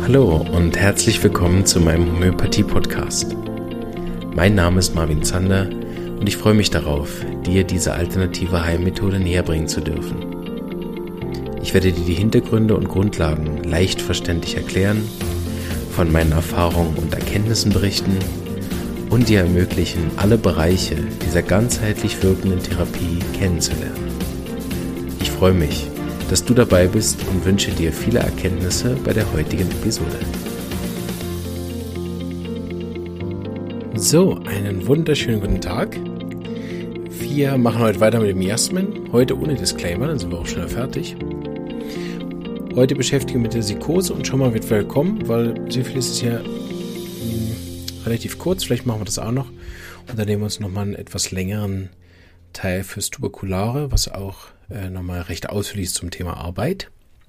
Hallo und herzlich willkommen zu meinem Homöopathie-Podcast. Mein Name ist Marvin Zander und ich freue mich darauf, dir diese alternative Heilmethode näherbringen zu dürfen. Ich werde dir die Hintergründe und Grundlagen leicht verständlich erklären, von meinen Erfahrungen und Erkenntnissen berichten und dir ermöglichen, alle Bereiche dieser ganzheitlich wirkenden Therapie kennenzulernen. Ich freue mich, dass du dabei bist und wünsche dir viele Erkenntnisse bei der heutigen Episode. So, einen wunderschönen guten Tag. Wir machen heute weiter mit dem Miasmen. Heute ohne Disclaimer, dann sind wir auch schneller fertig. Heute beschäftigen wir mit der Sikose und schon mal wird willkommen, weil Syphilis ist ja relativ kurz. Vielleicht machen wir das auch noch. Und dann nehmen wir uns nochmal einen etwas längeren Teil fürs Tuberkulare, was auch nochmal recht ausführlich ist zum Thema Arbeit.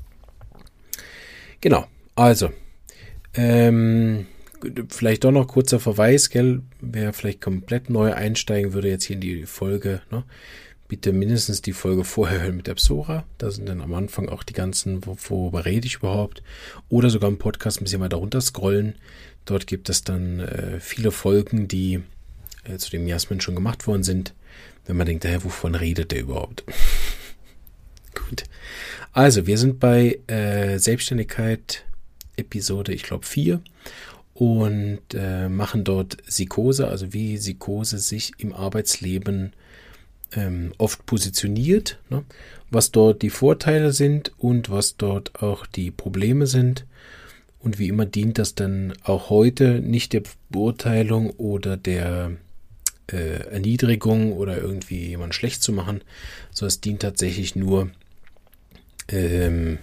Genau, also vielleicht doch noch kurzer Verweis, gell? Wer vielleicht komplett neu einsteigen würde jetzt hier in die Folge, ne? Bitte mindestens die Folge vorher hören mit der Psora. Da sind dann am Anfang auch die ganzen, worüber rede ich überhaupt. Oder sogar im Podcast ein bisschen weiter runter scrollen. Dort gibt es dann viele Folgen, die zu dem Miasmen schon gemacht worden sind. Wenn man denkt, wovon redet der überhaupt? Gut. Also, wir sind bei Selbstständigkeit Episode, ich glaube 4 und machen dort Sikose, also wie Sikose sich im Arbeitsleben oft positioniert, ne? Was dort die Vorteile sind und was dort auch die Probleme sind. Und wie immer dient das dann auch heute nicht der Beurteilung oder der Erniedrigung oder irgendwie jemanden schlecht zu machen, sondern es dient tatsächlich nur einen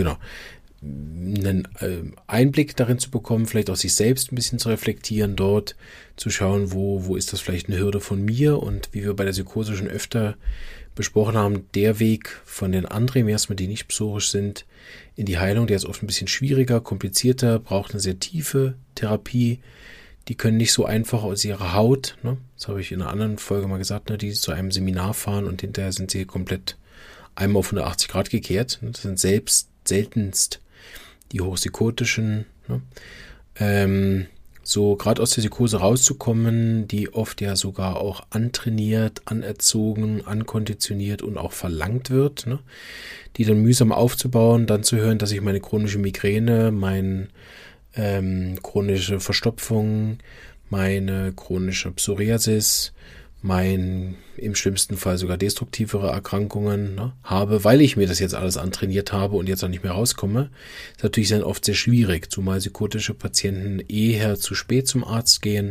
Einblick darin zu bekommen, vielleicht auch sich selbst ein bisschen zu reflektieren, dort zu schauen, wo ist das vielleicht eine Hürde von mir, und wie wir bei der Sikose schon öfter besprochen haben, der Weg von den anderen Miasmen, die nicht psorisch sind, in die Heilung, der ist oft ein bisschen schwieriger, komplizierter, braucht eine sehr tiefe Therapie. Die können nicht so einfach aus ihrer Haut, ne? Das habe ich in einer anderen Folge mal gesagt, ne? Die zu einem Seminar fahren und hinterher sind sie komplett einmal auf 180 Grad gekehrt. Das sind selbst seltenst die hochsikotischen, ne? So gerade aus der Sikose rauszukommen, die oft ja sogar auch antrainiert, anerzogen, ankonditioniert und auch verlangt wird, ne? Die dann mühsam aufzubauen, dann zu hören, dass ich meine chronische Migräne, meine chronische Verstopfung, meine chronische Psoriasis, im schlimmsten Fall sogar destruktivere Erkrankungen, ne, habe, weil ich mir das jetzt alles antrainiert habe und jetzt auch nicht mehr rauskomme, ist natürlich dann oft sehr schwierig, zumal psychotische Patienten eher zu spät zum Arzt gehen,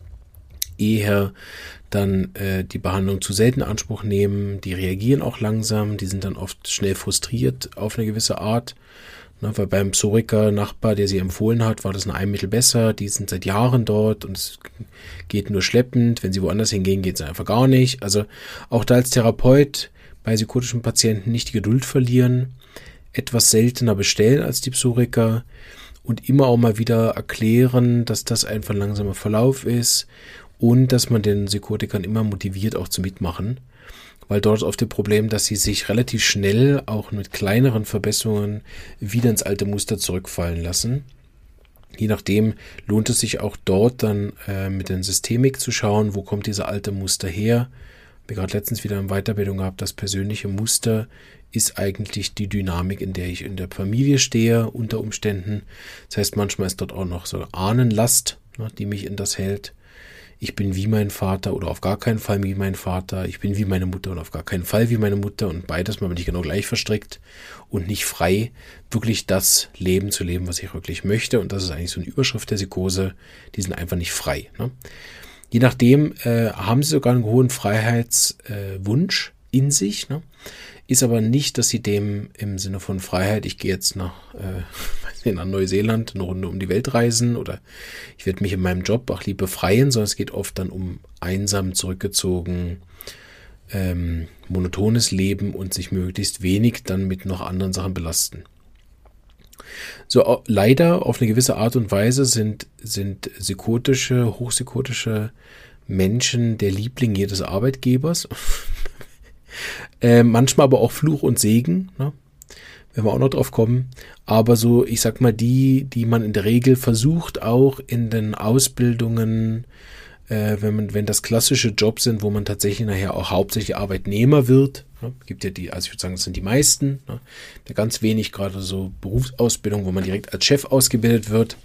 eher dann die Behandlung zu selten in Anspruch nehmen, die reagieren auch langsam, die sind dann oft schnell frustriert auf eine gewisse Art, ne, weil beim Psoriker-Nachbar, der sie empfohlen hat, war das ein Heilmittel besser, die sind seit Jahren dort und es geht nur schleppend, wenn sie woanders hingehen, geht es einfach gar nicht. Also auch da als Therapeut bei psychotischen Patienten nicht die Geduld verlieren, etwas seltener bestellen als die Psoriker und immer auch mal wieder erklären, dass das einfach ein langsamer Verlauf ist und dass man den Psychotikern immer motiviert, auch zu mitmachen, weil dort ist oft das Problem, dass sie sich relativ schnell auch mit kleineren Verbesserungen wieder ins alte Muster zurückfallen lassen. Je nachdem lohnt es sich auch dort dann mit der Systemik zu schauen, wo kommt dieser alte Muster her. Wir gerade letztens wieder eine Weiterbildung gehabt, das persönliche Muster ist eigentlich die Dynamik, in der ich in der Familie stehe, unter Umständen. Das heißt, manchmal ist dort auch noch so Ahnenlast, ne, die mich in das hält. Ich bin wie mein Vater oder auf gar keinen Fall wie mein Vater. Ich bin wie meine Mutter und auf gar keinen Fall wie meine Mutter. Und beides mal bin ich genau gleich verstrickt und nicht frei, wirklich das Leben zu leben, was ich wirklich möchte. Und das ist eigentlich so eine Überschrift der Sikose. Die sind einfach nicht frei, ne? Je nachdem haben sie sogar einen hohen Freiheitswunsch in sich, ne? Ist aber nicht, dass sie dem im Sinne von Freiheit, ich gehe jetzt nach Neuseeland eine Runde um die Welt reisen oder ich werde mich in meinem Job auch lieber befreien, sondern es geht oft dann um einsam, zurückgezogen, monotones Leben und sich möglichst wenig dann mit noch anderen Sachen belasten. So, leider auf eine gewisse Art und Weise sind hochpsychotische Menschen der Liebling jedes Arbeitgebers. Manchmal aber auch Fluch und Segen, ne? wenn wir auch noch drauf kommen. Aber so, ich sag mal, die man in der Regel versucht, auch in den Ausbildungen, wenn das klassische Jobs sind, wo man tatsächlich nachher auch hauptsächlich Arbeitnehmer wird, ne, gibt ja also ich würde sagen, das sind die meisten, ne, da ganz wenig gerade so Berufsausbildung, wo man direkt als Chef ausgebildet wird.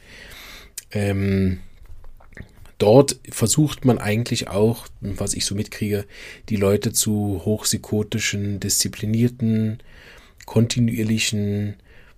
Dort versucht man eigentlich auch, was ich so mitkriege, die Leute zu hochpsykotischen, disziplinierten, kontinuierlichen,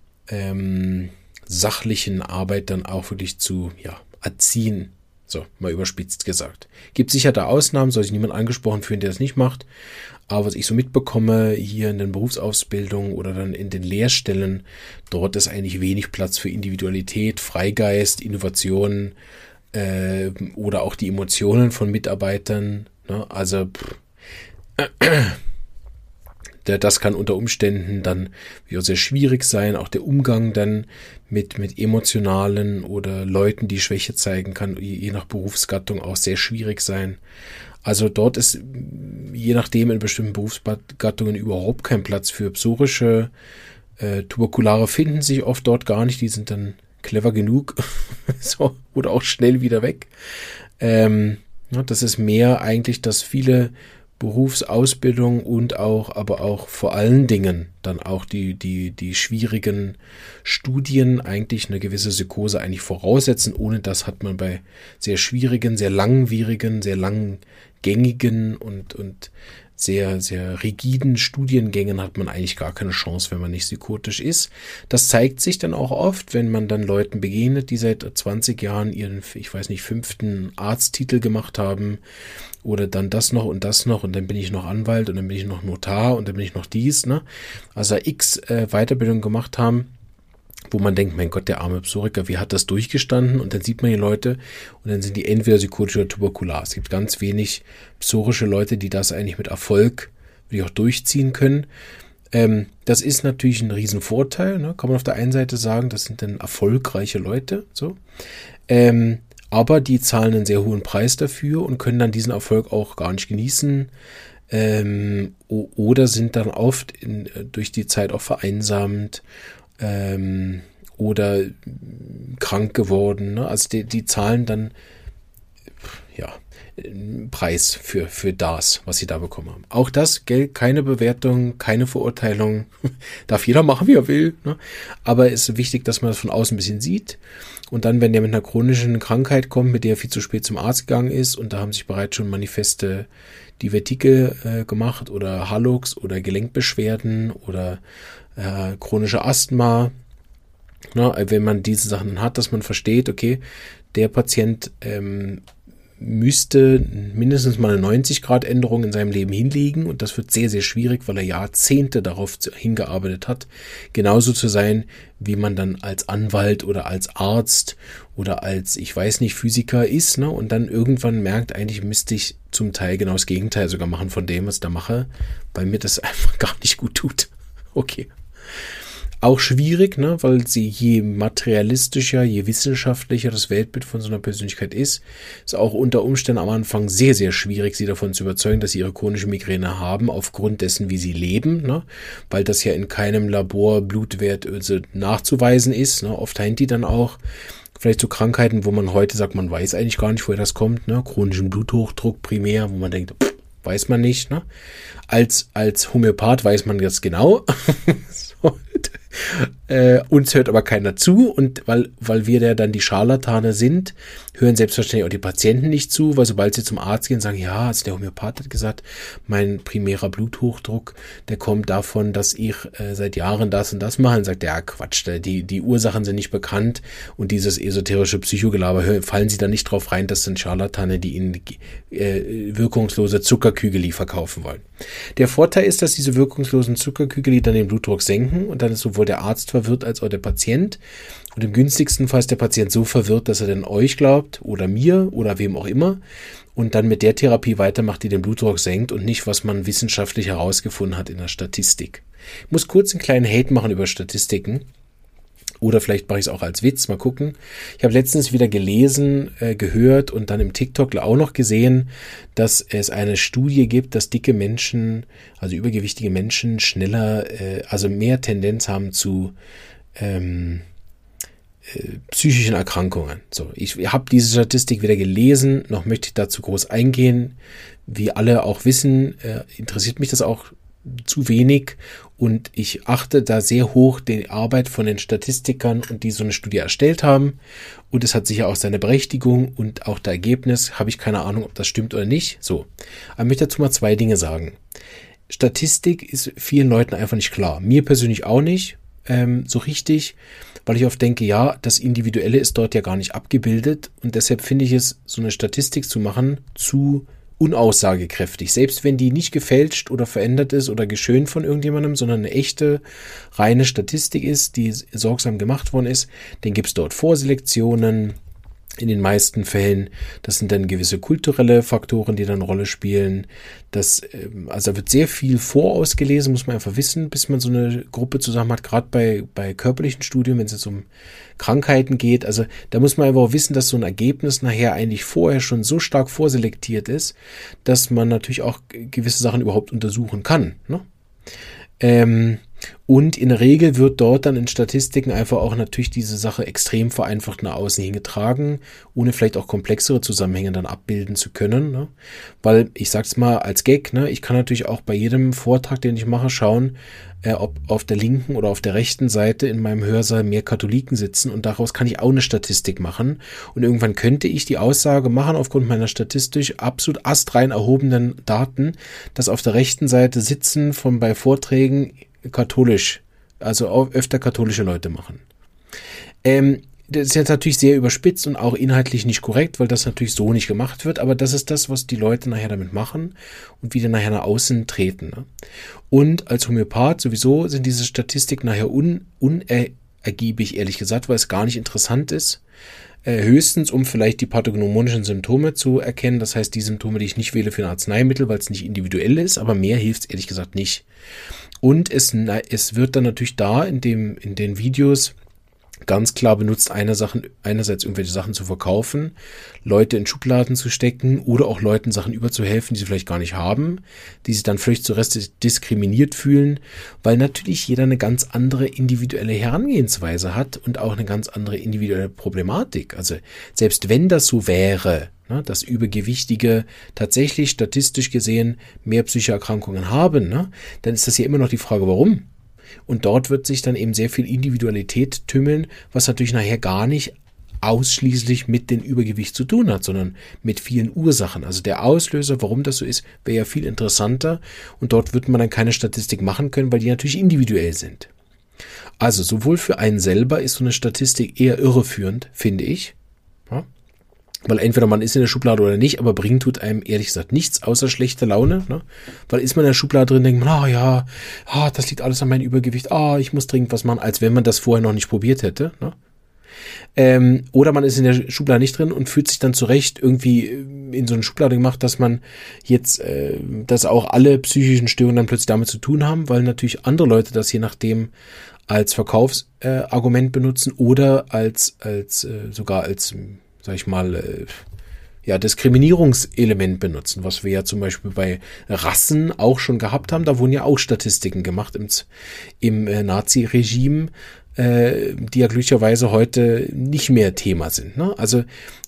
sachlichen Arbeit dann auch wirklich zu erziehen. So, mal überspitzt gesagt. Gibt sicher da Ausnahmen, soll sich niemand angesprochen fühlen, der das nicht macht. Aber was ich so mitbekomme, hier in den Berufsausbildungen oder dann in den Lehrstellen, dort ist eigentlich wenig Platz für Individualität, Freigeist, Innovation, oder auch die Emotionen von Mitarbeitern. Ne? Also das kann unter Umständen dann sehr schwierig sein. Auch der Umgang dann mit emotionalen oder Leuten, die Schwäche zeigen, kann je nach Berufsgattung auch sehr schwierig sein. Also dort ist je nachdem in bestimmten Berufsgattungen überhaupt kein Platz für psorische Tuberkulare finden sich oft dort gar nicht. Die sind dann clever genug so, oder auch schnell wieder weg. Das ist mehr eigentlich, dass viele Berufsausbildung und aber auch vor allen Dingen dann auch die schwierigen Studien eigentlich eine gewisse Psychose eigentlich voraussetzen. Ohne das hat man bei sehr schwierigen, sehr langwierigen, sehr langgängigen und sehr, sehr rigiden Studiengängen hat man eigentlich gar keine Chance, wenn man nicht psychotisch ist. Das zeigt sich dann auch oft, wenn man dann Leuten begegnet, die seit 20 Jahren ihren, 5. Arzttitel gemacht haben oder dann das noch und dann bin ich noch Anwalt und dann bin ich noch Notar und dann bin ich noch dies, ne? Also x Weiterbildung gemacht haben, wo man denkt, mein Gott, der arme Psoriker, wie hat das durchgestanden? Und dann sieht man die Leute und dann sind die entweder psychotisch oder tuberkular. Es gibt ganz wenig psorische Leute, die das eigentlich mit Erfolg wirklich auch durchziehen können. Das ist natürlich ein Riesenvorteil, ne? Kann man auf der einen Seite sagen, das sind dann erfolgreiche Leute, so. Aber die zahlen einen sehr hohen Preis dafür und können dann diesen Erfolg auch gar nicht genießen. Oder sind dann oft durch die Zeit auch vereinsamt oder krank geworden. Ne? Also die zahlen dann Preis für das, was sie da bekommen haben. Auch das, Geld, keine Bewertung, keine Verurteilung. Darf jeder machen, wie er will. Ne? Aber es ist wichtig, dass man das von außen ein bisschen sieht. Und dann, wenn der mit einer chronischen Krankheit kommt, mit der er viel zu spät zum Arzt gegangen ist und da haben sich bereits schon manifeste Divertike gemacht oder Hallux oder Gelenkbeschwerden oder chronische Asthma. Na, wenn man diese Sachen hat, dass man versteht, okay, der Patient müsste mindestens mal eine 90-Grad-Änderung in seinem Leben hinlegen und das wird sehr, sehr schwierig, weil er Jahrzehnte darauf hingearbeitet hat, genauso zu sein, wie man dann als Anwalt oder als Arzt oder als, ich weiß nicht, Physiker ist, ne? Und dann irgendwann merkt, eigentlich müsste ich zum Teil genau das Gegenteil sogar machen von dem, was ich da mache, weil mir das einfach gar nicht gut tut. Okay. Auch schwierig, ne, weil sie je materialistischer, je wissenschaftlicher das Weltbild von so einer Persönlichkeit ist auch unter Umständen am Anfang sehr, sehr schwierig, sie davon zu überzeugen, dass sie ihre chronische Migräne haben, aufgrund dessen, wie sie leben, ne, weil das ja in keinem Labor Blutwert nachzuweisen ist. Ne. Oft haben die dann auch vielleicht so Krankheiten, wo man heute sagt, man weiß eigentlich gar nicht, woher das kommt, ne, chronischen Bluthochdruck primär, wo man denkt, weiß man nicht, ne. Als Homöopath weiß man das genau. So. Uns hört aber keiner zu und weil wir da dann die Scharlatane sind, hören selbstverständlich auch die Patienten nicht zu, weil sobald sie zum Arzt gehen, sagen, ja, also der Homöopath hat gesagt, mein primärer Bluthochdruck, der kommt davon, dass ich seit Jahren das und das mache. Und sagt, ja, Quatsch, die Ursachen sind nicht bekannt und dieses esoterische Psychogelaber, fallen sie da nicht drauf rein, das sind Scharlatane, die ihnen wirkungslose Zuckerkügeli verkaufen wollen. Der Vorteil ist, dass diese wirkungslosen Zuckerkügeli dann den Blutdruck senken und dann ist sowohl der Arzt verwirrt als auch der Patient. Und im günstigsten Fall ist der Patient so verwirrt, dass er dann euch glaubt oder mir oder wem auch immer und dann mit der Therapie weitermacht, die den Blutdruck senkt und nicht, was man wissenschaftlich herausgefunden hat in der Statistik. Ich muss kurz einen kleinen Hate machen über Statistiken. Oder vielleicht mache ich es auch als Witz, mal gucken. Ich habe letztens wieder gelesen, gehört und dann im TikTok auch noch gesehen, dass es eine Studie gibt, dass dicke Menschen, also übergewichtige Menschen schneller, also mehr Tendenz haben zu psychischen Erkrankungen. So, ich habe diese Statistik wieder gelesen, noch möchte ich dazu groß eingehen. Wie alle auch wissen, interessiert mich das auch zu wenig und ich achte da sehr hoch die Arbeit von den Statistikern und die so eine Studie erstellt haben und es hat sicher auch seine Berechtigung und auch das Ergebnis, habe ich keine Ahnung, ob das stimmt oder nicht. So, aber ich möchte dazu mal 2 Dinge sagen. Statistik ist vielen Leuten einfach nicht klar. Mir persönlich auch nicht so richtig, weil ich oft denke, ja, das Individuelle ist dort ja gar nicht abgebildet und deshalb finde ich es, so eine Statistik zu machen, zu unaussagekräftig. Selbst wenn die nicht gefälscht oder verändert ist oder geschönt von irgendjemandem, sondern eine echte, reine Statistik ist, die sorgsam gemacht worden ist, dann gibt es dort Vorselektionen. In den meisten Fällen, das sind dann gewisse kulturelle Faktoren, die dann eine Rolle spielen. Also da wird sehr viel vorausgelesen, muss man einfach wissen, bis man so eine Gruppe zusammen hat, gerade bei körperlichen Studien, wenn es jetzt um Krankheiten geht. Also da muss man einfach auch wissen, dass so ein Ergebnis nachher eigentlich vorher schon so stark vorselektiert ist, dass man natürlich auch gewisse Sachen überhaupt untersuchen kann, ne? Und in der Regel wird dort dann in Statistiken einfach auch natürlich diese Sache extrem vereinfacht nach außen hingetragen, ohne vielleicht auch komplexere Zusammenhänge dann abbilden zu können, ne? Weil, ich sag's mal als Gag, ne, ich kann natürlich auch bei jedem Vortrag, den ich mache, schauen, ob auf der linken oder auf der rechten Seite in meinem Hörsaal mehr Katholiken sitzen und daraus kann ich auch eine Statistik machen und irgendwann könnte ich die Aussage machen aufgrund meiner statistisch absolut astrein erhobenen Daten, dass auf der rechten Seite sitzen bei Vorträgen katholisch, also auch öfter katholische Leute machen. Das ist jetzt natürlich sehr überspitzt und auch inhaltlich nicht korrekt, weil das natürlich so nicht gemacht wird, aber das ist das, was die Leute nachher damit machen und wieder nachher nach außen treten, ne? Und als Homöopath sowieso sind diese Statistiken nachher unergiebig, ehrlich gesagt, weil es gar nicht interessant ist. Höchstens, um vielleicht die pathognomonischen Symptome zu erkennen, das heißt die Symptome, die ich nicht wähle für ein Arzneimittel, weil es nicht individuell ist, aber mehr hilft es ehrlich gesagt nicht. Und es wird dann natürlich da in den Videos ganz klar benutzt, einerseits irgendwelche Sachen zu verkaufen, Leute in Schubladen zu stecken oder auch Leuten Sachen überzuhelfen, die sie vielleicht gar nicht haben, die sich dann völlig zu Rest diskriminiert fühlen, weil natürlich jeder eine ganz andere individuelle Herangehensweise hat und auch eine ganz andere individuelle Problematik. Also selbst wenn das so wäre, ne, dass Übergewichtige tatsächlich statistisch gesehen mehr psychische Erkrankungen haben, ne, dann ist das ja immer noch die Frage, warum? Und dort wird sich dann eben sehr viel Individualität tümmeln, was natürlich nachher gar nicht ausschließlich mit dem Übergewicht zu tun hat, sondern mit vielen Ursachen. Also der Auslöser, warum das so ist, wäre ja viel interessanter und dort wird man dann keine Statistik machen können, weil die natürlich individuell sind. Also sowohl für einen selber ist so eine Statistik eher irreführend, finde ich. Ja? Weil entweder man ist in der Schublade oder nicht, aber bringen tut einem ehrlich gesagt nichts, außer schlechte Laune, ne? Weil ist man in der Schublade drin, denkt man, das liegt alles an meinem Übergewicht, ich muss dringend was machen, als wenn man das vorher noch nicht probiert hätte, ne? Oder man ist in der Schublade nicht drin und fühlt sich dann zurecht irgendwie in so eine Schublade gemacht, dass man jetzt, dass auch alle psychischen Störungen dann plötzlich damit zu tun haben, weil natürlich andere Leute das je nachdem als Verkaufsargument benutzen oder sogar als sag ich mal, Diskriminierungselement benutzen, was wir ja zum Beispiel bei Rassen auch schon gehabt haben. Da wurden ja auch Statistiken gemacht im Nazi-Regime, die ja glücklicherweise heute nicht mehr Thema sind, ne? Also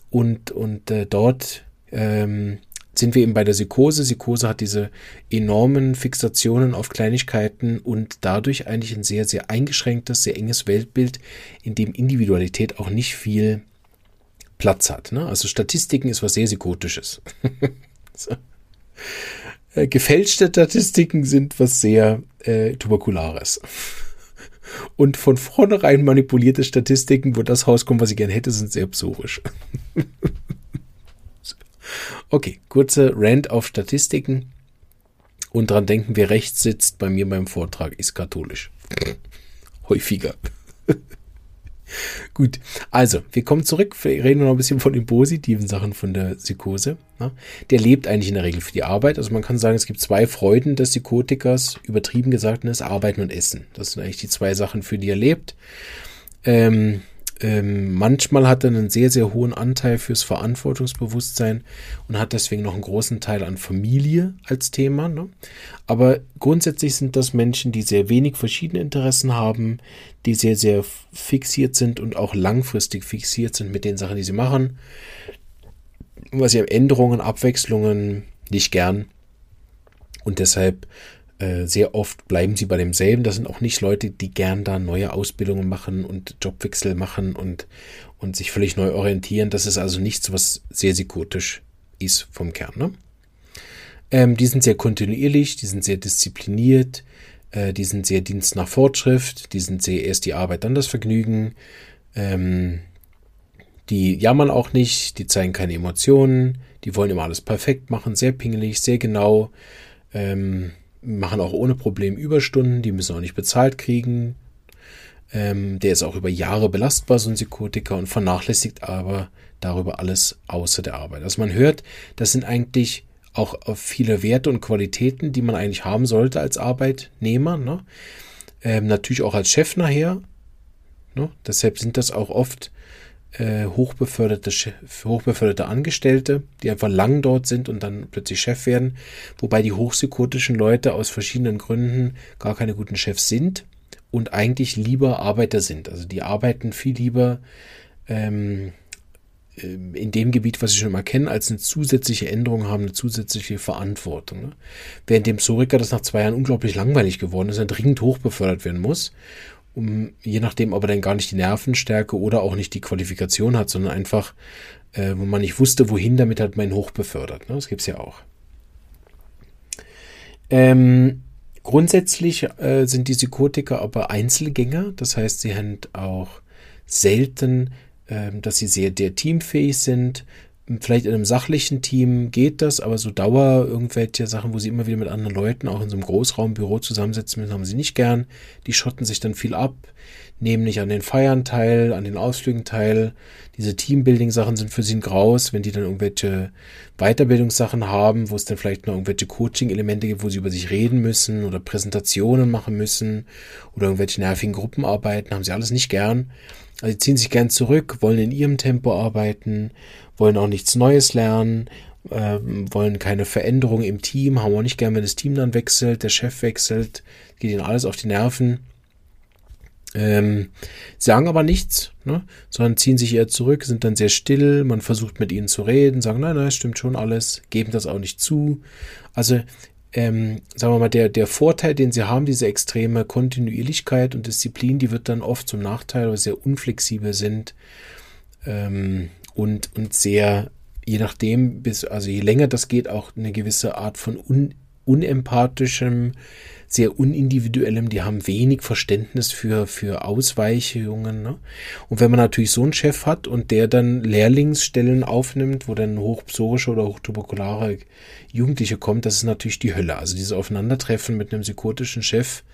dort sind wir eben bei der Psychose. Psychose hat diese enormen Fixationen auf Kleinigkeiten und dadurch eigentlich ein sehr, sehr eingeschränktes, sehr enges Weltbild, in dem Individualität auch nicht viel Platz hat, ne? Also Statistiken ist was sehr Psychotisches. So. Gefälschte Statistiken sind was sehr Tuberkulares. Und von vornherein manipulierte Statistiken, wo das rauskommt, was ich gerne hätte, sind sehr psorisch. Okay, kurze Rant auf Statistiken. Und dran denken, wer rechts sitzt bei mir beim Vortrag, ist katholisch. Häufiger. Gut, also, wir kommen zurück, wir reden noch ein bisschen von den positiven Sachen von der Psychose. Ja, der lebt eigentlich in der Regel für die Arbeit. Also man kann sagen, es gibt 2 Freuden des Psychotikers, übertrieben gesagt, das Arbeiten und Essen. Das sind eigentlich die 2 Sachen, für die er lebt. Manchmal hat er einen sehr, sehr hohen Anteil fürs Verantwortungsbewusstsein und hat deswegen noch einen großen Teil an Familie als Thema. Ne? Aber grundsätzlich sind das Menschen, die sehr wenig verschiedene Interessen haben, die sehr, sehr fixiert sind und auch langfristig fixiert sind mit den Sachen, die sie machen. Was sie haben Änderungen, Abwechslungen nicht gern. Und deshalb sehr oft bleiben sie bei demselben. Das sind auch nicht Leute, die gern da neue Ausbildungen machen und Jobwechsel machen und sich völlig neu orientieren. Das ist also nichts, was sehr psychotisch ist vom Kern. Ne? Die sind sehr kontinuierlich, die sind sehr diszipliniert, die sind sehr Dienst nach Fortschrift, die sind sehr erst die Arbeit, dann das Vergnügen. Die jammern auch nicht, die zeigen keine Emotionen, die wollen immer alles perfekt machen, sehr pingelig, sehr genau, machen auch ohne Problem Überstunden, die müssen auch nicht bezahlt kriegen. Der ist auch über Jahre belastbar, so ein Psychotiker, und vernachlässigt aber darüber alles außer der Arbeit. Also man hört, das sind eigentlich auch viele Werte und Qualitäten, die man eigentlich haben sollte als Arbeitnehmer. Ne? Natürlich auch als Chef nachher. Ne? Deshalb sind das auch oft hochbeförderte Angestellte, die einfach lang dort sind und dann plötzlich Chef werden, wobei die hochpsychotischen Leute aus verschiedenen Gründen gar keine guten Chefs sind und eigentlich lieber Arbeiter sind. Also die arbeiten viel lieber in dem Gebiet, was sie schon mal kennen, als eine zusätzliche Änderung haben, eine zusätzliche Verantwortung. Ne? Während dem Psoriker das nach 2 Jahren unglaublich langweilig geworden ist, er dringend hochbefördert werden muss, je nachdem, ob er dann gar nicht die Nervenstärke oder auch nicht die Qualifikation hat, sondern einfach, wo man nicht wusste, wohin damit, hat man ihn hochbefördert. Ne? Das gibt's ja auch. Grundsätzlich sind die Psychotiker aber Einzelgänger, das heißt, sie haben auch selten, dass sie sehr teamfähig sind. Vielleicht in einem sachlichen Team geht das, aber so irgendwelche Sachen, wo sie immer wieder mit anderen Leuten auch in so einem Großraumbüro zusammensitzen müssen, haben sie nicht gern. Die schotten sich dann viel ab, nehmen nicht an den Feiern teil, an den Ausflügen teil. Diese Teambuilding-Sachen sind für sie ein Graus, wenn die dann irgendwelche Weiterbildungssachen haben, wo es dann vielleicht noch irgendwelche Coaching-Elemente gibt, wo sie über sich reden müssen oder Präsentationen machen müssen oder irgendwelche nervigen Gruppenarbeiten, haben sie alles nicht gern. Also sie ziehen sich gern zurück, wollen in ihrem Tempo arbeiten, wollen auch nichts Neues lernen, wollen keine Veränderung im Team, haben auch nicht gern, wenn das Team dann wechselt, der Chef wechselt, geht ihnen alles auf die Nerven. Sagen aber nichts, ne, sondern ziehen sich eher zurück, sind dann sehr still, man versucht mit ihnen zu reden, sagen, nein, stimmt schon alles, geben das auch nicht zu. Also sagen wir mal, der Vorteil, den sie haben, diese extreme Kontinuierlichkeit und Disziplin, die wird dann oft zum Nachteil, weil sie sehr unflexibel sind und sehr, je nachdem, also je länger das geht, auch eine gewisse Art von unempathischem, sehr unindividuellem, die haben wenig Verständnis für Ausweichungen. Ne? Und wenn man natürlich so einen Chef hat und der dann Lehrlingsstellen aufnimmt, wo dann hochpsorische oder hochtuberkulare Jugendliche kommt, das ist natürlich die Hölle. Also dieses Aufeinandertreffen mit einem psychotischen Chef,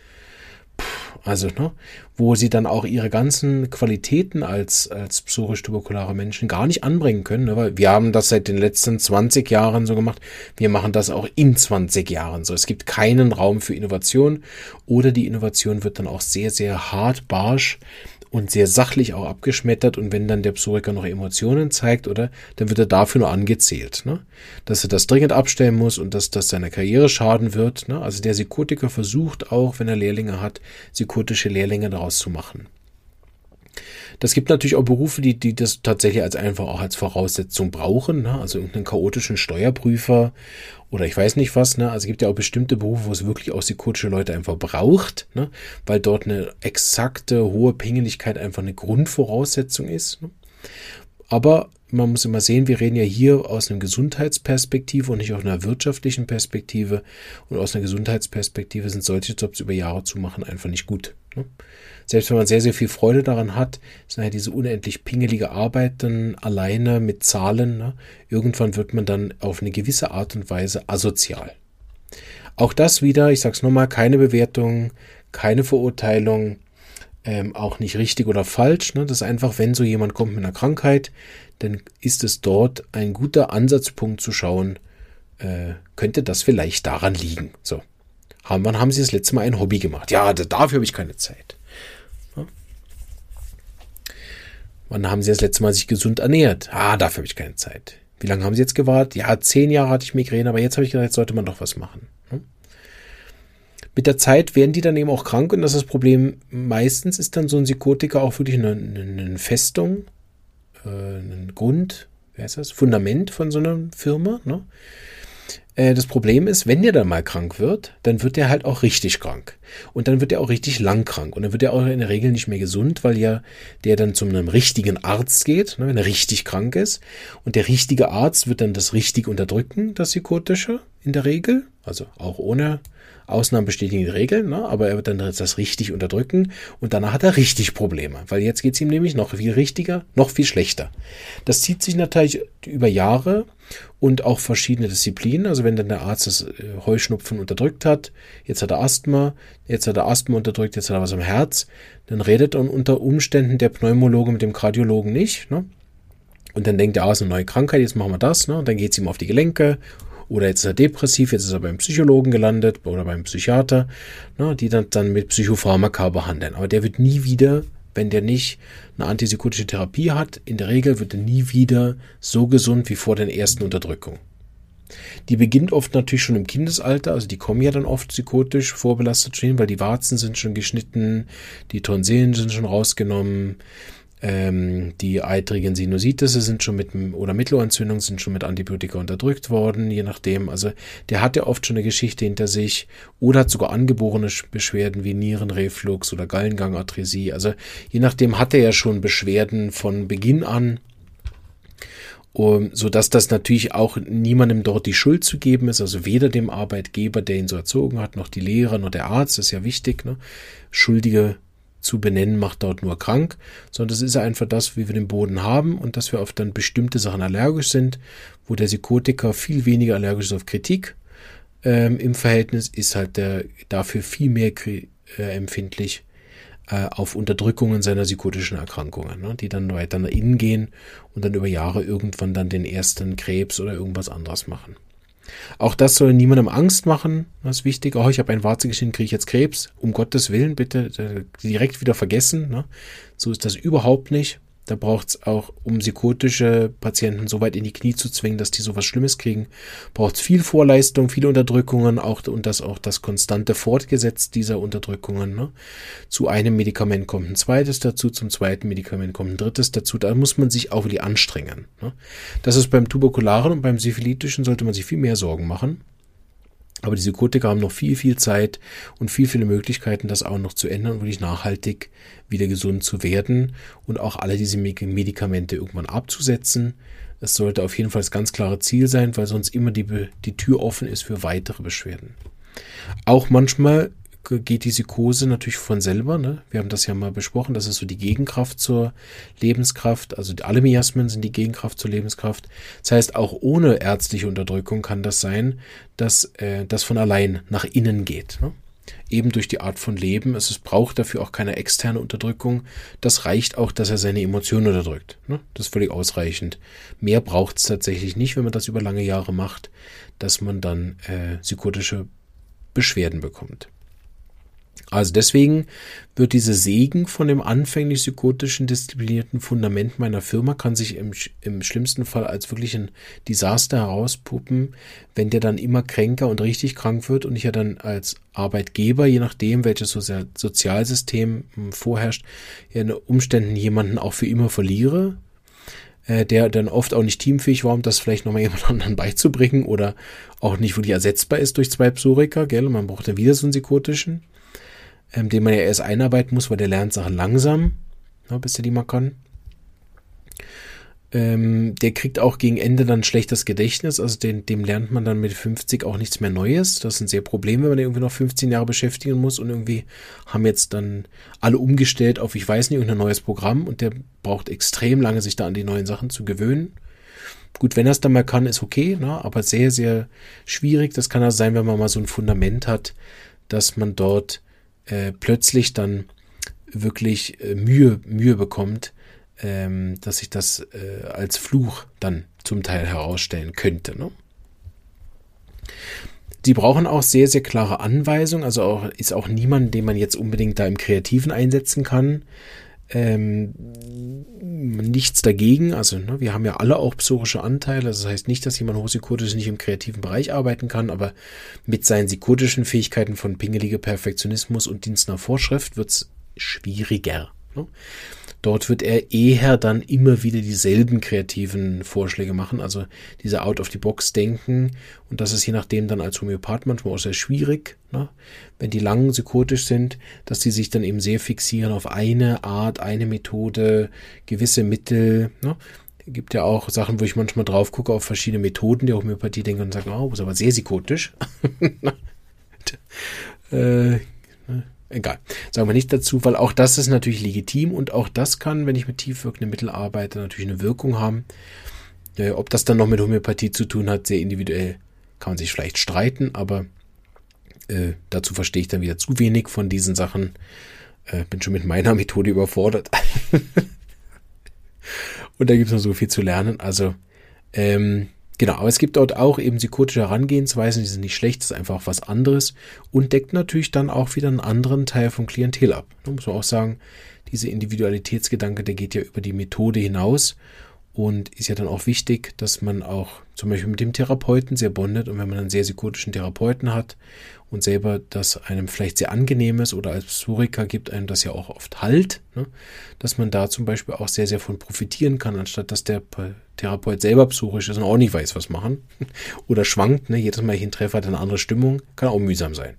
wo sie dann auch ihre ganzen Qualitäten als psorisch-tuberkulare Menschen gar nicht anbringen können, ne? Weil wir haben das seit den letzten 20 Jahren so gemacht, wir machen das auch in 20 Jahren so. Es gibt keinen Raum für Innovation oder die Innovation wird dann auch sehr, sehr hart, barsch und sehr sachlich auch abgeschmettert und wenn dann der Psoriker noch Emotionen zeigt, dann wird er dafür nur angezählt, ne? Dass er das dringend abstellen muss und dass das seiner Karriere schaden wird, ne? Also der Psychotiker versucht auch, wenn er Lehrlinge hat, psychotische Lehrlinge daraus zu machen. Das gibt natürlich auch Berufe, die das tatsächlich einfach auch als Voraussetzung brauchen, ne? Also irgendeinen chaotischen Steuerprüfer oder ich weiß nicht was, ne? Also es gibt ja auch bestimmte Berufe, wo es wirklich auch psychotische Leute einfach braucht, ne? Weil dort eine exakte, hohe Pingeligkeit einfach eine Grundvoraussetzung ist, ne? Aber man muss immer sehen, wir reden ja hier aus einer Gesundheitsperspektive und nicht aus einer wirtschaftlichen Perspektive. Und aus einer Gesundheitsperspektive sind solche Jobs über Jahre zu machen einfach nicht gut, ne? Selbst wenn man sehr, sehr viel Freude daran hat, sind ja diese unendlich pingelige Arbeiten alleine mit Zahlen, ne? Irgendwann wird man dann auf eine gewisse Art und Weise asozial. Auch das wieder, ich sag's nochmal, keine Bewertung, keine Verurteilung, auch nicht richtig oder falsch, ne? Das ist einfach, wenn so jemand kommt mit einer Krankheit, dann ist es dort ein guter Ansatzpunkt zu schauen, könnte das vielleicht daran liegen. So, wann haben Sie das letzte Mal ein Hobby gemacht? Ja, dafür habe ich keine Zeit. Ja? Wann haben Sie das letzte Mal sich gesund ernährt? Dafür habe ich keine Zeit. Wie lange haben Sie jetzt gewartet? Ja, 10 Jahre hatte ich Migräne, aber jetzt habe ich gedacht, jetzt sollte man doch was machen. Mit der Zeit werden die dann eben auch krank und das ist das Problem. Meistens ist dann so ein Psychotiker auch wirklich eine Festung, ein Fundament von so einer Firma. Ne? Das Problem ist, wenn der dann mal krank wird, dann wird der halt auch richtig krank. Und dann wird er auch richtig lang krank. Und dann wird er auch in der Regel nicht mehr gesund, weil ja der dann zu einem richtigen Arzt geht, ne, wenn er richtig krank ist. Und der richtige Arzt wird dann das richtig unterdrücken, das Psychotische in der Regel. Also auch ohne Ausnahmen bestätigen die Regeln, ne? Aber er wird dann das richtig unterdrücken und danach hat er richtig Probleme, weil jetzt geht es ihm nämlich noch viel richtiger, noch viel schlechter. Das zieht sich natürlich über Jahre und auch verschiedene Disziplinen. Also wenn dann der Arzt das Heuschnupfen unterdrückt hat, jetzt hat er Asthma unterdrückt, jetzt hat er was am Herz, dann redet dann unter Umständen der Pneumologe mit dem Kardiologen nicht, ne? Und dann denkt er, es ist eine neue Krankheit, jetzt machen wir das, ne? Und dann geht es ihm auf die Gelenke. Oder jetzt ist er depressiv, jetzt ist er beim Psychologen gelandet oder beim Psychiater, ne, die dann mit Psychopharmaka behandeln. Aber der wird nie wieder, wenn der nicht eine antipsychotische Therapie hat, in der Regel wird er nie wieder so gesund wie vor der ersten Unterdrückung. Die beginnt oft natürlich schon im Kindesalter, also die kommen ja dann oft psychotisch vorbelastet hin, weil die Warzen sind schon geschnitten, die Tonsillen sind schon rausgenommen, die eitrigen Sinusitis sind schon oder Mittelohrentzündungen sind schon mit Antibiotika unterdrückt worden, je nachdem. Also der hat ja oft schon eine Geschichte hinter sich oder hat sogar angeborene Beschwerden wie Nierenreflux oder Gallengangatresie. Also je nachdem hat er ja schon Beschwerden von Beginn an, sodass das natürlich auch niemandem dort die Schuld zu geben ist, also weder dem Arbeitgeber, der ihn so erzogen hat, noch die Lehrer, noch der Arzt, das ist ja wichtig, ne? Schuldige zu benennen macht dort nur krank, sondern das ist einfach das, wie wir den Boden haben und dass wir auf dann bestimmte Sachen allergisch sind, wo der Psychotiker viel weniger allergisch ist auf Kritik im Verhältnis, ist halt der dafür viel mehr empfindlich auf Unterdrückungen seiner psychotischen Erkrankungen, ne, die dann weiter nach innen gehen und dann über Jahre irgendwann dann den ersten Krebs oder irgendwas anderes machen. Auch das soll niemandem Angst machen, das ist wichtig. Ich habe ein Warzengeschehen, kriege ich jetzt Krebs. Um Gottes Willen, bitte direkt wieder vergessen. Ne? So ist das überhaupt nicht. Da braucht es auch, um psychotische Patienten so weit in die Knie zu zwingen, dass die sowas Schlimmes kriegen, braucht es viel Vorleistung, viele Unterdrückungen und das konstante Fortgesetzt dieser Unterdrückungen. Ne? Zu einem Medikament kommt ein zweites dazu, zum zweiten Medikament kommt ein drittes dazu. Da muss man sich auch wirklich anstrengen. Ne? Das ist beim Tuberkularen und beim Syphilitischen sollte man sich viel mehr Sorgen machen. Aber die Psychotiker haben noch viel, viel Zeit und viel, viele Möglichkeiten, das auch noch zu ändern und wirklich nachhaltig wieder gesund zu werden und auch alle diese Medikamente irgendwann abzusetzen. Es sollte auf jeden Fall das ganz klare Ziel sein, weil sonst immer die Tür offen ist für weitere Beschwerden. Auch manchmal geht die Psychose natürlich von selber. Ne? Wir haben das ja mal besprochen, das ist so die Gegenkraft zur Lebenskraft. Also alle Miasmen sind die Gegenkraft zur Lebenskraft. Das heißt, auch ohne ärztliche Unterdrückung kann das sein, dass das von allein nach innen geht. Ne? Eben durch die Art von Leben. Es braucht dafür auch keine externe Unterdrückung. Das reicht auch, dass er seine Emotionen unterdrückt. Ne? Das ist völlig ausreichend. Mehr braucht es tatsächlich nicht, wenn man das über lange Jahre macht, dass man dann psychotische Beschwerden bekommt. Also deswegen wird diese Segen von dem anfänglich psychotischen, disziplinierten Fundament meiner Firma kann sich im schlimmsten Fall als wirklich ein Desaster herauspuppen, wenn der dann immer kränker und richtig krank wird und ich ja dann als Arbeitgeber, je nachdem, welches Sozialsystem vorherrscht, ja in Umständen jemanden auch für immer verliere, der dann oft auch nicht teamfähig war, um das vielleicht nochmal jemand anderen beizubringen oder auch nicht wirklich ersetzbar ist durch zwei Psoriker, gell? Und man braucht dann wieder so einen psychotischen, den man ja erst einarbeiten muss, weil der lernt Sachen langsam, bis er die mal kann. Der kriegt auch gegen Ende dann schlechtes Gedächtnis, also dem lernt man dann mit 50 auch nichts mehr Neues. Das sind sehr Probleme, wenn man irgendwie noch 15 Jahre beschäftigen muss und irgendwie haben jetzt dann alle umgestellt auf, ich weiß nicht, irgendein neues Programm und der braucht extrem lange, sich da an die neuen Sachen zu gewöhnen. Gut, wenn er es dann mal kann, ist okay, ne? Aber sehr, sehr schwierig. Das kann also sein, wenn man mal so ein Fundament hat, dass man dort plötzlich dann wirklich Mühe bekommt, dass sich das als Fluch dann zum Teil herausstellen könnte. Ne? Sie brauchen auch sehr, sehr klare Anweisungen, also ist auch niemand, den man jetzt unbedingt da im Kreativen einsetzen kann. nichts dagegen. Also wir haben ja alle auch psorische Anteile. Das heißt nicht, dass jemand hochpsychotisch nicht im kreativen Bereich arbeiten kann, aber mit seinen psychotischen Fähigkeiten von pingeliger Perfektionismus und Dienst nach Vorschrift wird es schwieriger. Ne? Dort wird er eher dann immer wieder dieselben kreativen Vorschläge machen, also diese Out-of-the-Box-Denken. Und das ist je nachdem dann als Homöopath manchmal auch sehr schwierig, ne? Wenn die lang psychotisch sind, dass die sich dann eben sehr fixieren auf eine Art, eine Methode, gewisse Mittel. Ne? Es gibt ja auch Sachen, wo ich manchmal drauf gucke auf verschiedene Methoden der Homöopathie denke und sage, oh, ist aber sehr psychotisch. Egal, sagen wir nicht dazu, weil auch das ist natürlich legitim und auch das kann, wenn ich mit tiefwirkenden Mitteln arbeite, natürlich eine Wirkung haben. Ob das dann noch mit Homöopathie zu tun hat, sehr individuell, kann man sich vielleicht streiten, aber dazu verstehe ich dann wieder zu wenig von diesen Sachen. Bin schon mit meiner Methode überfordert. Und da gibt es noch so viel zu lernen, also genau, aber es gibt dort auch eben psychotische Herangehensweisen, die sind nicht schlecht, das ist einfach was anderes und deckt natürlich dann auch wieder einen anderen Teil vom Klientel ab. Da muss man auch sagen, dieser Individualitätsgedanke, der geht ja über die Methode hinaus und ist ja dann auch wichtig, dass man auch zum Beispiel mit dem Therapeuten sehr bondet und wenn man einen sehr psychotischen Therapeuten hat und selber das einem vielleicht sehr angenehm ist oder als Psoriker gibt einem das ja auch oft Halt, ne? Dass man da zum Beispiel auch sehr, sehr von profitieren kann, anstatt dass der Therapeut selber psorisch ist und auch nicht weiß, was machen oder schwankt, ne? Jedes Mal, ich ihn treffe, hat eine andere Stimmung, kann auch mühsam sein.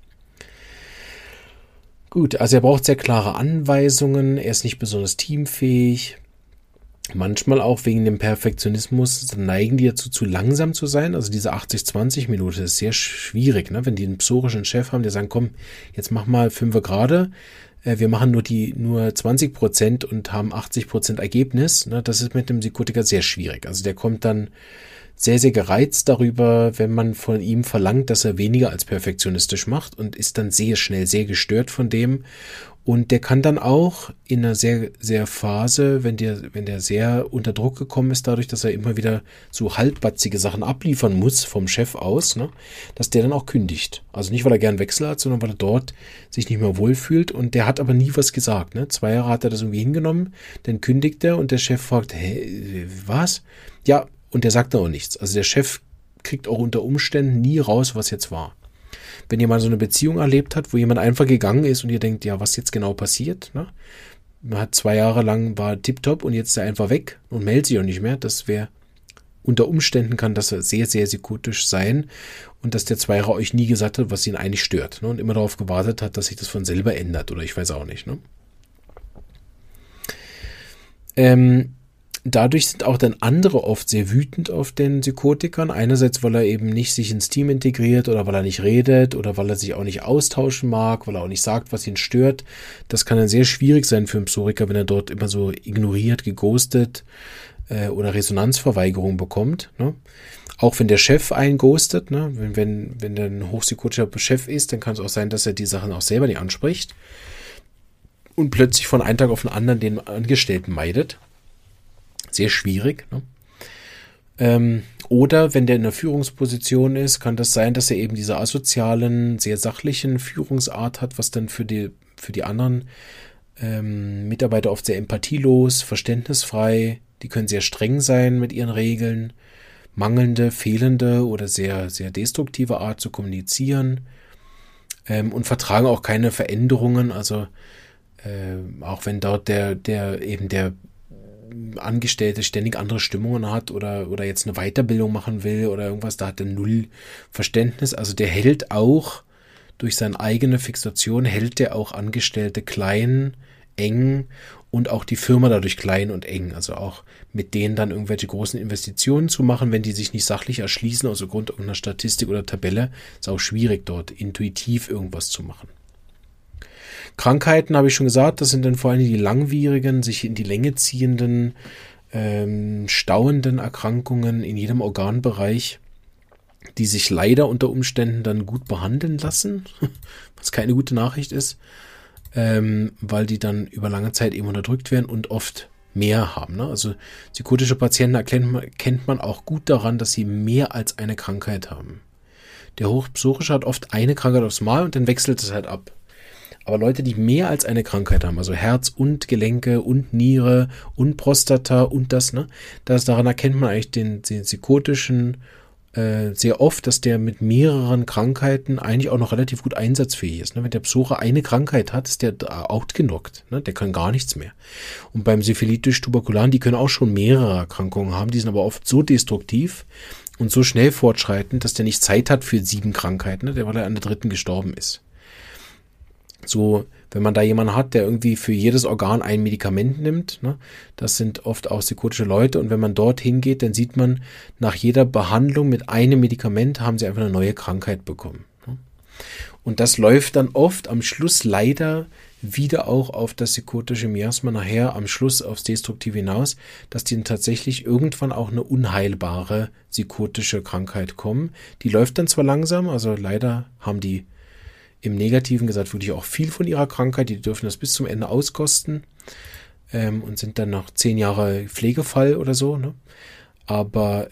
Gut, also er braucht sehr klare Anweisungen, er ist nicht besonders teamfähig. Manchmal auch wegen dem Perfektionismus neigen die dazu, zu langsam zu sein. Also diese 80-20-Minute ist sehr schwierig, ne? Wenn die einen psorischen Chef haben, der sagen, komm, jetzt mach mal 5 gerade, wir machen nur 20% und haben 80% Ergebnis. Ne? Das ist mit dem Psychotiker sehr schwierig. Also der kommt dann sehr, sehr gereizt darüber, wenn man von ihm verlangt, dass er weniger als perfektionistisch macht und ist dann sehr schnell sehr gestört von dem. Und der kann dann auch in einer sehr, sehr Phase, wenn der sehr unter Druck gekommen ist, dadurch, dass er immer wieder so halbbatzige Sachen abliefern muss vom Chef aus, ne, dass der dann auch kündigt. Also nicht, weil er gern Wechsel hat, sondern weil er dort sich nicht mehr wohlfühlt. Und der hat aber nie was gesagt. Ne? 2 Jahre hat er das irgendwie hingenommen, dann kündigt er und der Chef fragt, hey, was? Ja, und der sagt dann auch nichts. Also der Chef kriegt auch unter Umständen nie raus, was jetzt war. Wenn ihr mal so eine Beziehung erlebt habt, wo jemand einfach gegangen ist und ihr denkt, ja, was jetzt genau passiert, ne? Man hat 2 Jahre lang war tipptopp und jetzt ist er einfach weg und meldet sich auch nicht mehr. Das wäre unter Umständen kann das sehr, sehr psychotisch sein und dass der 2 Jahre euch nie gesagt hat, was ihn eigentlich stört, ne? Und immer darauf gewartet hat, dass sich das von selber ändert oder ich weiß auch nicht, ne? Dadurch sind auch dann andere oft sehr wütend auf den Psychotikern. Einerseits, weil er eben nicht sich ins Team integriert oder weil er nicht redet oder weil er sich auch nicht austauschen mag, weil er auch nicht sagt, was ihn stört. Das kann dann sehr schwierig sein für einen Psoriker, wenn er dort immer so ignoriert, geghostet oder Resonanzverweigerung bekommt. Ne? Auch wenn der Chef einen ghostet, ne? Wenn der ein hochpsychotischer Chef ist, dann kann es auch sein, dass er die Sachen auch selber nicht anspricht und plötzlich von einem Tag auf den anderen den Angestellten meidet. Sehr schwierig. Ne? Oder wenn der in einer Führungsposition ist, kann das sein, dass er eben diese asozialen, sehr sachlichen Führungsart hat, was dann für die anderen Mitarbeiter oft sehr empathielos, verständnisfrei, die können sehr streng sein mit ihren Regeln, mangelnde, fehlende oder sehr, sehr destruktive Art zu kommunizieren und vertragen auch keine Veränderungen, also auch wenn dort der Angestellte ständig andere Stimmungen hat oder jetzt eine Weiterbildung machen will oder irgendwas, da hat er null Verständnis. Also der hält auch durch seine eigene Fixation, hält der auch Angestellte klein, eng und auch die Firma dadurch klein und eng. Also auch mit denen dann irgendwelche großen Investitionen zu machen, wenn die sich nicht sachlich erschließen aus Grund irgendeiner Statistik oder Tabelle, ist auch schwierig dort intuitiv irgendwas zu machen. Krankheiten, habe ich schon gesagt, das sind dann vor allem die langwierigen, sich in die Länge ziehenden, stauenden Erkrankungen in jedem Organbereich, die sich leider unter Umständen dann gut behandeln lassen, was keine gute Nachricht ist, weil die dann über lange Zeit eben unterdrückt werden und oft mehr haben. Ne? Also psychotische Patienten erkennt man auch gut daran, dass sie mehr als eine Krankheit haben. Der Hochpsorische hat oft eine Krankheit aufs Mal und dann wechselt es halt ab. Aber Leute, die mehr als eine Krankheit haben, also Herz und Gelenke und Niere und Prostata und das, ne, daran erkennt man eigentlich den psychotischen sehr oft, dass der mit mehreren Krankheiten eigentlich auch noch relativ gut einsatzfähig ist. Ne? Wenn der Psore eine Krankheit hat, ist der outgenockt. Ne? Der kann gar nichts mehr. Und beim Syphilitis tubercularen, die können auch schon mehrere Erkrankungen haben, die sind aber oft so destruktiv und so schnell fortschreitend, dass der nicht Zeit hat für 7 Krankheiten, ne? Weil er an der 3. gestorben ist. So, wenn man da jemanden hat, der irgendwie für jedes Organ ein Medikament nimmt, ne, das sind oft auch psychotische Leute, und wenn man dorthin geht, dann sieht man, nach jeder Behandlung mit einem Medikament haben sie einfach eine neue Krankheit bekommen. Ne. Und das läuft dann oft am Schluss leider wieder auch auf das psychotische Miasma, nachher am Schluss aufs Destruktive hinaus, dass die dann tatsächlich irgendwann auch eine unheilbare psychotische Krankheit kommen. Die läuft dann zwar langsam, also leider haben die im Negativen gesagt wirklich auch viel von ihrer Krankheit, die dürfen das bis zum Ende auskosten und sind dann noch 10 Jahre Pflegefall oder so. Ne? Aber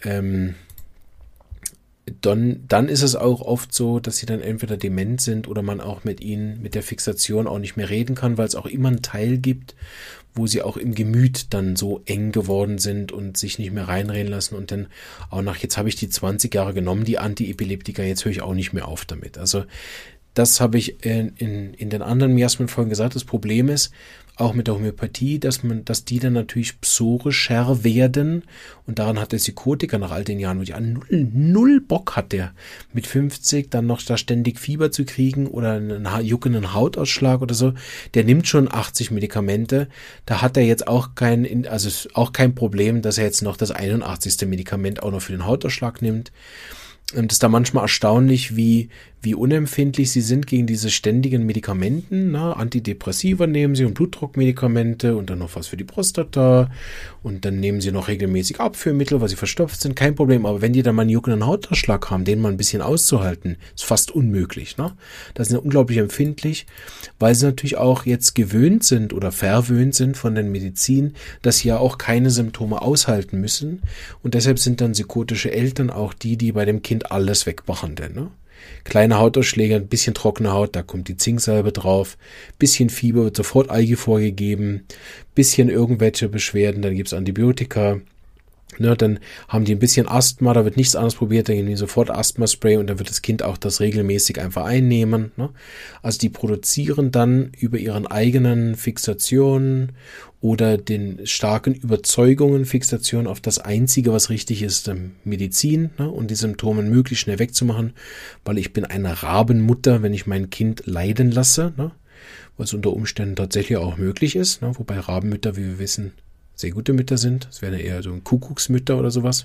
dann ist es auch oft so, dass sie dann entweder dement sind oder man auch mit ihnen, mit der Fixation auch nicht mehr reden kann, weil es auch immer einen Teil gibt, wo sie auch im Gemüt dann so eng geworden sind und sich nicht mehr reinreden lassen und dann auch jetzt habe ich die 20 Jahre genommen, die Antiepileptika, jetzt höre ich auch nicht mehr auf damit. Also das habe ich in den anderen Miasmenfolgen gesagt. Das Problem ist auch mit der Homöopathie, dass die dann natürlich psorischer werden. Und daran hat der Psychotiker nach all den Jahren, wo ich null Bock hat, der mit 50 dann noch da ständig Fieber zu kriegen oder einen juckenden Hautausschlag oder so. Der nimmt schon 80 Medikamente. Da hat er jetzt auch kein Problem, dass er jetzt noch das 81. Medikament auch noch für den Hautausschlag nimmt. Das ist da manchmal erstaunlich, wie unempfindlich sie sind gegen diese ständigen Medikamenten. Ne? Antidepressiva nehmen sie und Blutdruckmedikamente und dann noch was für die Prostata und dann nehmen sie noch regelmäßig Abführmittel, weil sie verstopft sind, kein Problem. Aber wenn die dann mal einen juckenden Hautausschlag haben, den mal ein bisschen auszuhalten, ist fast unmöglich. Ne? Das sind unglaublich empfindlich, weil sie natürlich auch jetzt gewöhnt sind oder verwöhnt sind von den Medizin, dass sie ja auch keine Symptome aushalten müssen. Und deshalb sind dann psychotische Eltern auch die bei dem Kind alles wegbehandeln. Ne? Kleine Hautausschläge, ein bisschen trockene Haut, da kommt die Zinksalbe drauf, bisschen Fieber, wird sofort Alge vorgegeben, bisschen irgendwelche Beschwerden, dann gibt's Antibiotika. Ne, dann haben die ein bisschen Asthma, da wird nichts anderes probiert, dann geben die sofort Asthma-Spray und dann wird das Kind auch das regelmäßig einfach einnehmen. Ne? Also die produzieren dann über ihren eigenen Fixationen oder den starken Überzeugungen, Fixationen auf das Einzige, was richtig ist, Medizin, ne? Und die Symptome möglichst schnell wegzumachen, weil ich bin eine Rabenmutter, wenn ich mein Kind leiden lasse, ne? Was unter Umständen tatsächlich auch möglich ist, ne? Wobei Rabenmütter, wie wir wissen, sehr gute Mütter sind. Das wären ja eher so ein Kuckucksmütter oder sowas.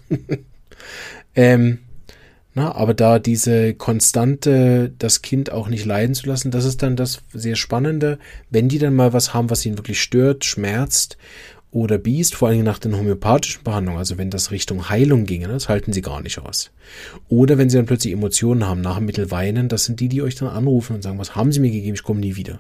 Aber da diese Konstante, das Kind auch nicht leiden zu lassen, das ist dann das sehr Spannende, wenn die dann mal was haben, was ihn wirklich stört, schmerzt oder biest, vor allem nach den homöopathischen Behandlungen, also wenn das Richtung Heilung ginge, das halten sie gar nicht aus. Oder wenn sie dann plötzlich Emotionen haben, nach dem Mittel weinen, das sind die euch dann anrufen und sagen, was haben sie mir gegeben, ich komme nie wieder.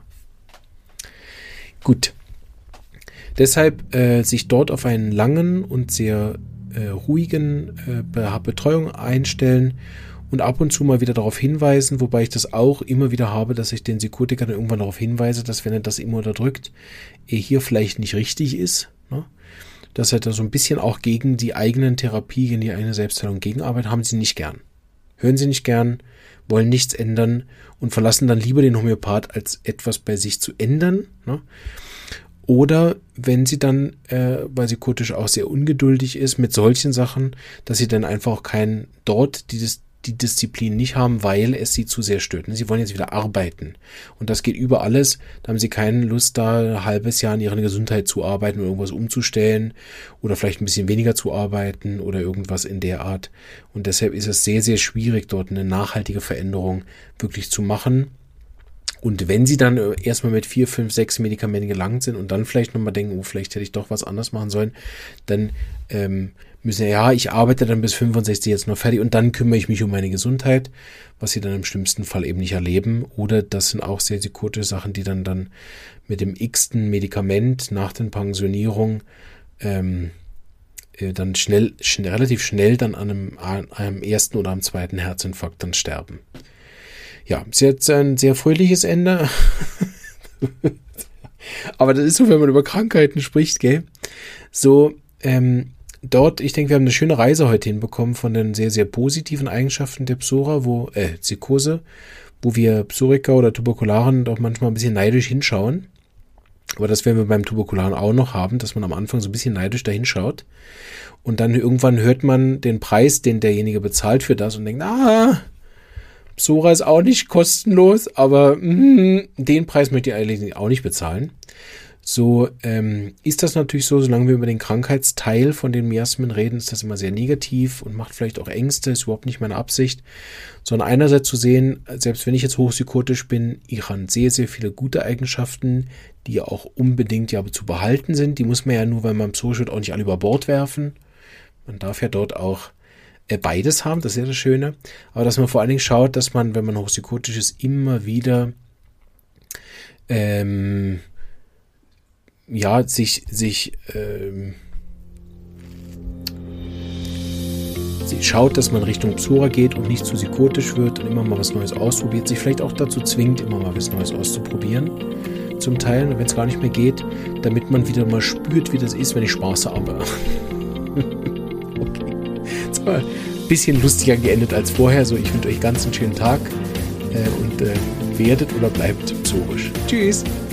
Gut. Deshalb sich dort auf einen langen und sehr ruhigen Betreuung einstellen und ab und zu mal wieder darauf hinweisen, wobei ich das auch immer wieder habe, dass ich den Psychotikern irgendwann darauf hinweise, dass wenn er das immer unterdrückt, er hier vielleicht nicht richtig ist, ne? Dass er da so ein bisschen auch gegen die eigenen Therapie, gegen die eigene Selbstheilung gegenarbeitet, haben sie nicht gern. Hören sie nicht gern, wollen nichts ändern und verlassen dann lieber den Homöopath, als etwas bei sich zu ändern, ne? Oder wenn sie dann, weil sie psychotisch auch sehr ungeduldig ist mit solchen Sachen, dass sie dann einfach auch die Disziplin nicht haben, weil es sie zu sehr stört. Sie wollen jetzt wieder arbeiten. Und das geht über alles. Da haben sie keine Lust, da ein halbes Jahr an ihrer Gesundheit zu arbeiten oder irgendwas umzustellen oder vielleicht ein bisschen weniger zu arbeiten oder irgendwas in der Art. Und deshalb ist es sehr, sehr schwierig, dort eine nachhaltige Veränderung wirklich zu machen. Und wenn sie dann erstmal mit 4, 5, 6 Medikamenten gelangt sind und dann vielleicht nochmal denken, vielleicht hätte ich doch was anders machen sollen, dann müssen ich arbeite dann bis 65 jetzt noch fertig und dann kümmere ich mich um meine Gesundheit, was sie dann im schlimmsten Fall eben nicht erleben. Oder das sind auch sehr psychotische Sachen, die dann mit dem x-ten Medikament nach der Pensionierung dann relativ schnell dann an einem ersten oder am zweiten Herzinfarkt dann sterben. Ja, ist jetzt ein sehr fröhliches Ende. Aber das ist so, wenn man über Krankheiten spricht, gell? So, dort, ich denke, wir haben eine schöne Reise heute hinbekommen von den sehr, sehr positiven Eigenschaften der Psychose, wo wir Psoriker oder Tuberkularen doch manchmal ein bisschen neidisch hinschauen. Aber das werden wir beim Tuberkularen auch noch haben, dass man am Anfang so ein bisschen neidisch da hinschaut. Und dann irgendwann hört man den Preis, den derjenige bezahlt für das und denkt, Psora ist auch nicht kostenlos, aber den Preis möchte ich eigentlich auch nicht bezahlen. So ist das natürlich so, solange wir über den Krankheitsteil von den Miasmen reden, ist das immer sehr negativ und macht vielleicht auch Ängste, ist überhaupt nicht meine Absicht, sondern einerseits zu sehen, selbst wenn ich jetzt hochpsychotisch bin, ich habe sehr, sehr viele gute Eigenschaften, die ja auch unbedingt zu behalten sind. Die muss man ja nur, wenn man psychisch wird, auch nicht alle über Bord werfen. Man darf ja dort auch beides haben, das ist ja das Schöne. Aber dass man vor allen Dingen schaut, dass man, wenn man hochpsychotisch ist, immer wieder sie schaut, dass man Richtung Psora geht und nicht zu psychotisch wird und immer mal was Neues ausprobiert, sich vielleicht auch dazu zwingt, immer mal was Neues auszuprobieren, zum Teil, wenn es gar nicht mehr geht, damit man wieder mal spürt, wie das ist, wenn ich Spaß habe. Okay, jetzt mal ein bisschen lustiger geendet als vorher, so ich wünsche euch ganz einen schönen Tag und werdet oder bleibt psorisch. Tschüss!